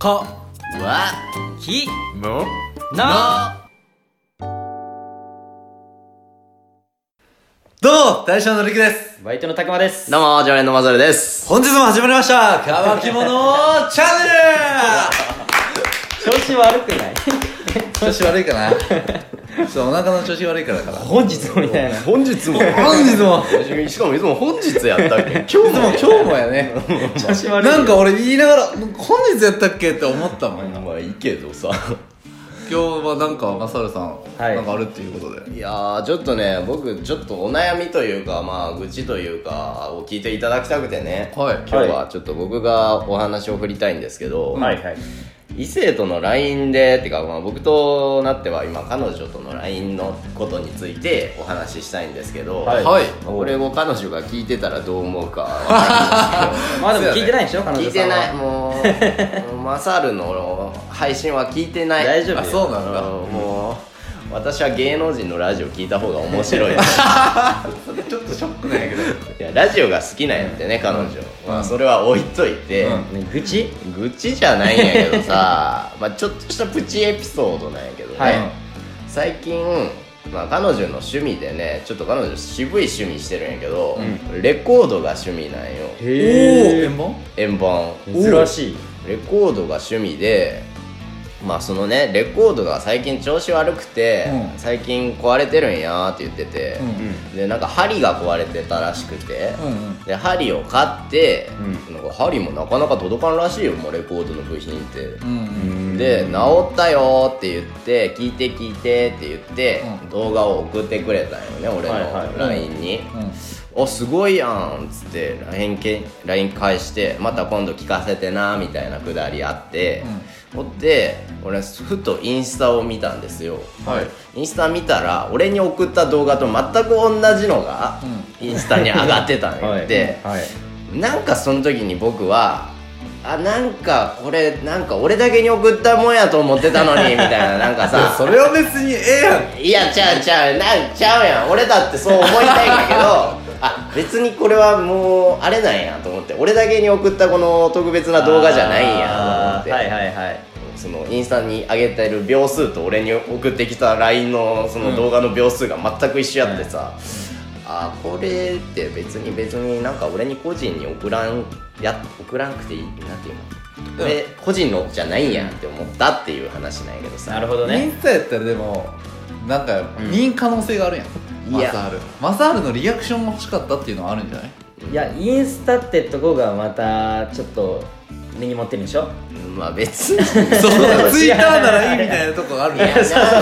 わきもなどうも大将のりくです。 バイトのたくまです。 どうも、常連のまざるです。 本日も始まりました乾き物チャンネ調子悪くないル調子悪いかなそう、お腹の調子悪いからかな。 本日もみたいな。 本日も本日もしかもいつも本日やったっけ今日もやね調子悪い。 なんか俺言いながら本日やったっけって思ったもん。 まあいいけどさ。 今日はなんかマサルさん、 はいなんかあるっていうことで。 いやー、ちょっとね、僕ちょっとお悩みというか、まあ愚痴というかを聞いていただきたくてね、 はい今日はちょっと僕がお話を振りたいんですけど、 はいはい。 異性との LINE でってか、まあ、僕となっては今彼女との LINE のことについてお話ししたいんですけど、 はいはいこれを彼女が聞いてたらどう思うかわからないんですけどまあでも聞いてないでしょ、彼女さんは。 聞いてない、もうマサルの配信は聞いてない。 大丈夫よ。 あ、そうなんだ。 もう私は芸能人のラジオ聞いた方が面白いです。 ちょっとショックなんやけど。 いやラジオが好きなんやってね、彼女、まあ、それは置いといて、 うんね、愚痴愚痴じゃないんやけどさまあちょっとしたプチエピソードなんやけどね、 はい最近、まあ、彼女の趣味でね、ちょっと彼女渋い趣味してるんやけど、レコードが趣味なんよ。 おー、円盤円盤珍しい。 レコードが趣味で、まあそのね、レコードが最近調子悪くて、 うん最近壊れてるんやーって言ってて、 うんでなんか針が壊れてたらしくて、 うんで針を買って、 うなんか針もなかなか届かんらしいよ、もうレコードの部品って、 うんで治ったよーって言って聞いてって言って、 うん動画を送ってくれたんよね、俺はいはいの LINE に、 うんおすごいやんっつって LINE 返して、また今度聞かせてなみたいなくだりあって、ほって俺ふとインスタを見たんですよ。 はいインスタ見たら俺に送った動画と全く同じのがインスタに上がってたんよ、で、 はい。 なんかその時に僕はなんかこれなんか俺だけに送ったもんやと思ってたのにみたいな、なんかさそれは別にええやん。 いやちゃうやん、俺だってそう思いたいんだけどあ、別にこれはもうあれなんやと思って、俺だけに送ったこの特別な動画じゃないんやと思って、 はいはいはい。 そのインスタに上げてる秒数と俺に送ってきた LINE のその動画の秒数が全く一緒やってさ、あ、これって別になんか俺に個人に送らんくていいなんていうの、俺個人のじゃないんやって思ったっていう話なんやけどさ。 なるほどインね。 スタやったらでもなんか見ん可能性があるやん。 いやマサールのリアクションが欲しかったっていうのはあるんじゃない？ いや、インスタってとこがまたちょっと根に持ってるんでしょ。 まあ別にそうツイッターならいいみたいなとこあるやん。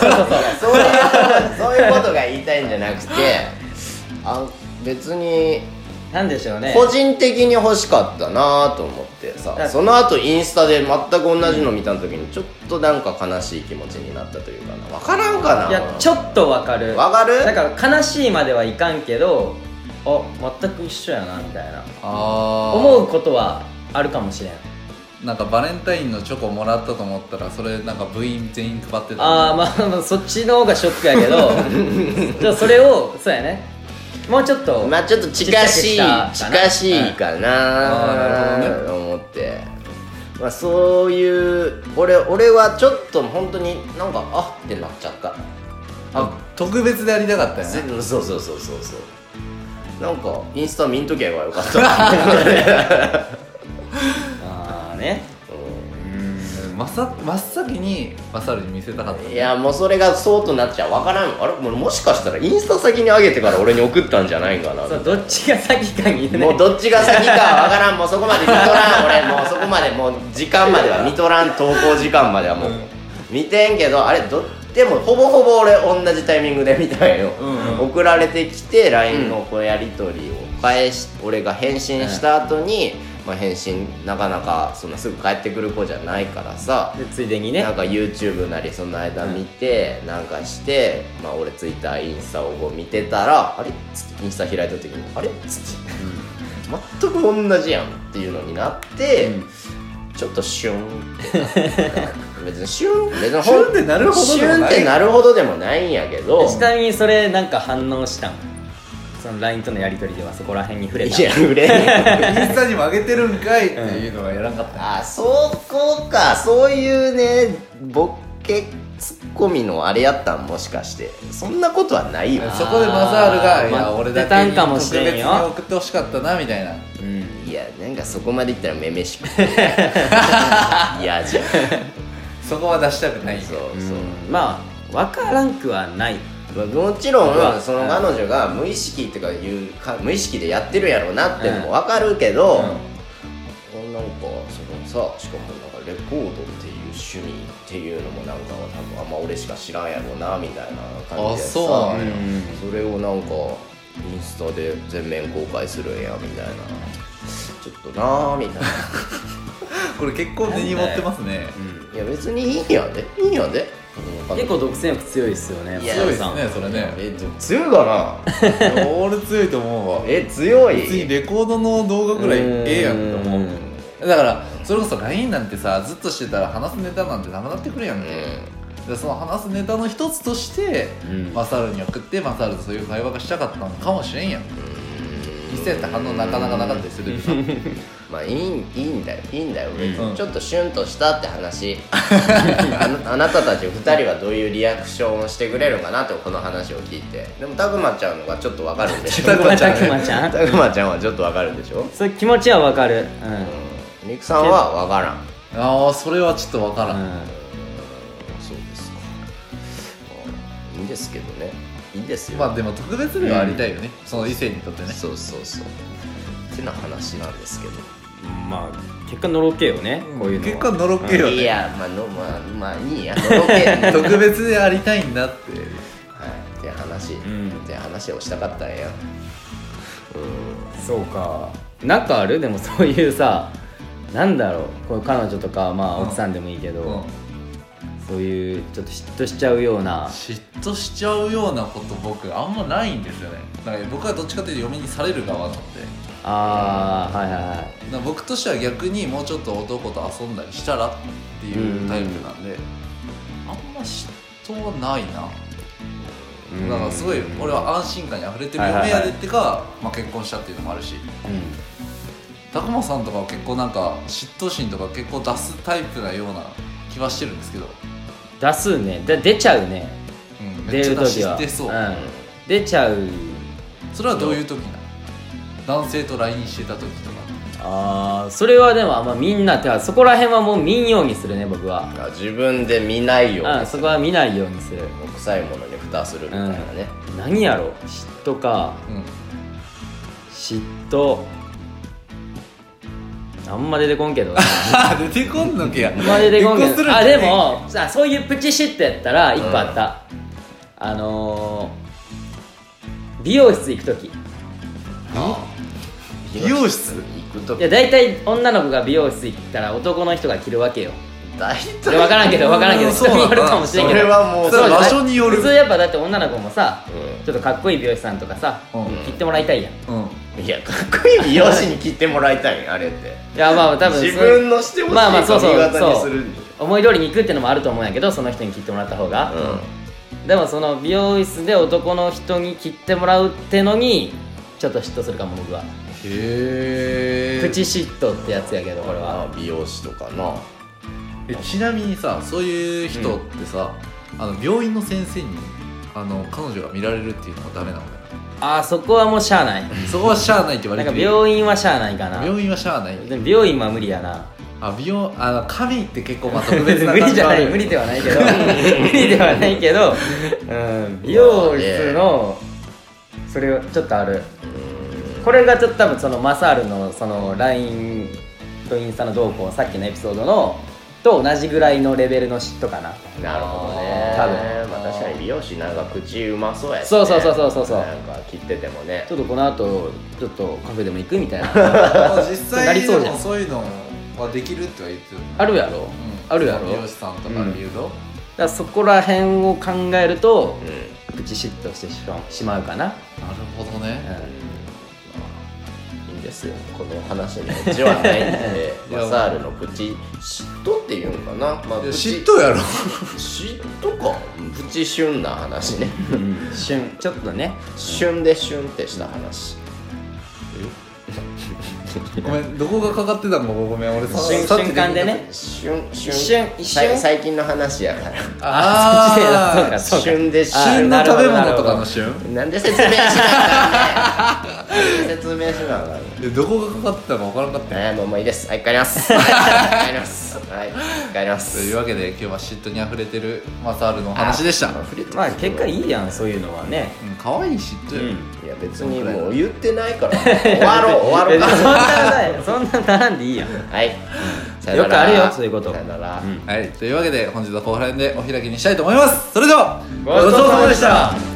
そういうことが言いたいんじゃなくて、別になんでしょうね。 個人的に欲しかったなと思ってさ、その後インスタで全く同じの見た時にちょっとなんか悲しい気持ちになったというかな、分からんかな。 いや、ちょっとわかる。 わかる？ だから悲しいまではいかんけど、あ、全く一緒やなみたいな思うことはあるかもしれん。 なんかバレンタインのチョコもらったと思ったらそれなんか部員全員配ってた。 ああ、まあそっちの方がショックやけどじゃあそれをそうやね、もうちょっとまあちょっと近しいかなと思って、まあそういう俺はちょっと本当になんかあってなっちゃった。 あ、特別でやりたかったよね。 そうなんかインスタ見んときゃよかったああね。 真っ先にマサルに見せたかった、 いやもうそれがそうとなっちゃう、分からん、あれもしかしたらインスタ先に上げてから俺に送ったんじゃないかな。 そう、どっちが先かにね。 もうどっちが先かわからん、もうそこまで見とらん俺、もうそこまでもう時間までは見とらん、投稿時間まではもう見てんけど、あれでもほぼほぼ俺同じタイミングで見たんよ、送られてきて LINE のこうやり取りを返し、俺が返信した後に、まあ、返信なかなかそんなすぐ返ってくる子じゃないからさ、 でついでにね、 なんか YouTube なりその間見て、なんかして、まあ俺 Twitter、インスタをこう見てたら、あれっつってインスタ開いた時にあれっつって全く同じやんっていうのになって、ちょっとシュン別にシュンってなるほどでもない、 シュンってなるほどでもないんやけど、 ちなみにそれなんか反応したん？ その LINE とのやり取りではそこら辺に触れた。 いや触れねインスタにも上げてるんかいっていうのがやらんかった、 あ、そこか、そういうねボケツッコミのあれやったん、もしかしてそんなことはないよ。 そこでマザールがいや待俺だってたんけに特かもしれんよ別に送ってほしかったなみたいな。 いや、なんかそこまでいったらめめしく嫌じゃん。 そこは出したくないよ。 そうそう、 まあ分からんくはない。 もちろ僕はんその彼女が無意識っていうか無意識でやってるやろうなってのも分かるけど、なんかそのさ、しかもなんかレコードっていう趣味っていうのもなんか多分あんま俺しか知らんやろうなみたいな感じでさ、 あ、そうなんや。 それをなんかインスタで全面公開するんやみたいな、ちょっとなーみたいなこれ結構根に持ってますね。 いや別にいいんやで、いいんやで。 結構独占欲強いっすよね。 いや強いですねそれね。 でも強いかな俺強いと思うわ。 強い。 別にレコードの動画ぐらいええやんと思う。だからそれこそ LINE なんてさ、ずっとしてたら話すネタなんてなくなってくるやんけ、でその話すネタの一つとして、マサルに送ってマサルとそういう会話がしたかったのかもしれんやん。実際やったら反応なかなかなかったりするけどまあいいんだよ別に、ちょっとシュンとしたって話あなたたち2人はどういうリアクションをしてくれるかなって、この話を聞いて。でもたくまちゃんのがちょっと分かるんでしょたくまちゃんたくまちゃんはちょっと分かるんでしょ。 そういう気持ちは分かる。 ミクさんは分からん。 ああ、それはちょっと分からん、 そうですか。いいんですけどね、いいんですよ。 まあでも特別ではありたいよね、その異性にとってね。 そうってな話なんですけど、 まあ結果のろけよね、こういうのは結果のろけよね。 いやまあいいや、のろけ特別でありたいんだってって話をしたかったんや。 そうか。なんかある？でもそういうさ、なんだろう、こう彼女とかまあ奥さんでもいいけど、そういうちょっと嫉妬しちゃうような。 嫉妬しちゃうようなこと僕あんまないんですよね。だから僕はどっちかというと嫁にされる側なので。 ああ、はいはいはい。 だから僕としては逆にもうちょっと男と遊んだりしたらっていうタイプなんで、あんま嫉妬はないな。だからすごい俺は安心感にあふれてる嫁やでってか、まあ、結婚したっていうのもあるし、たくまさんとかは結構なんか嫉妬心とか結構出すタイプなような気はしてるんですけど。 出すね。出ちゃうね。 めっちゃ出してそう、 出ちゃう。 それはどういう時なの？男性と LINE してた時とか。 ああ、それはでもみんなってそこら辺はもう見んようにするね、僕は。 自分で見ないようにする。 そこは見ないようにする。 臭いものに蓋するみたいなね。 何やろ、嫉妬か、嫉妬あんま出てこんけどね出てこんのけや。 まあ出てこんけど、でもさ、そういうプチ嫉妬やったら1個あった、美容室行く時。 美容室行く時。 いや大体女の子が美容室行ったら男の人が着るわけよ。 大体分からんけど人によるかもしれんけど、 それはもう場所による。 普通やっぱだって女の子もさ、ちょっとかっこいい美容師さんとかさ、切ってもらいたいやん。 いや、かっこいい美容師に切ってもらいたいんあれって。 いやまあ多分自分のしてほしい髪型にするんでしょ。 思い通りに行くってのもあると思うんやけど、その人に切ってもらった方が、でもその美容室で男の人に切ってもらうってのにちょっと嫉妬するかも僕は。 へえ。 プチ嫉妬ってやつやけど、これは美容師とかな。 ちなみにさ、そういう人ってさ、病院の先生に彼女が見られるっていうのはダメなのかな。そこはもうしゃあないそこはしゃあないって言われてる。 なんか病院はしゃあないかな。 病院はしゃあない。 でも美容院は無理やな。 髪って結構まあ特別な感じ無理じゃない、無理ではないけど無理ではないけど、美容室のそれはちょっとある。これがちょっと多分そのマサールのその LINE とインスタの動向、さっきのエピソードのと同じぐらいのレベルの嫉妬かな。 なるほどね。 多分まあ確かに美容師なんか口うまそうやしね。 そうなんか切っててもね、 ちょっとこの後ちょっとカフェでも行くみたいな実際でもそういうのはできるっては言ってる。 あるやろ、あるやろ。 美容師さんとか見ると、 だからそこら辺を考えると、プチ嫉妬してしまうかな。 なるほどね。 いいんですですよ、この話にオチはないんでマサールのプチ嫉妬っていうんかな、まあ、 嫉妬やろ嫉妬か、プチ旬な話ね旬ちょっとね旬でシュンってした話。 ごめん、どこがかかってたのかごめん、俺瞬間でね一瞬最近の話やからああそうか旬で旬の食べ物とかの旬なんで説明しなあかんねん説明しなあかんねん。 どこがかかってたのか分からなかったもういいです。はい、帰ります帰りますはい、帰りまとす。 いうわけで今日は嫉妬にあふれてるマサールの話でした。 まあ結果いいやん、そういうのはね。 可愛い嫉妬よ、 いや別にもう言ってないから終わろうかそんな並んでいいやん。 はいさよなら。 よくあるよそういうこと。 さよなら。 はい、というわけで本日は後編でお開きにしたいと思います。それではごちそうさまでした。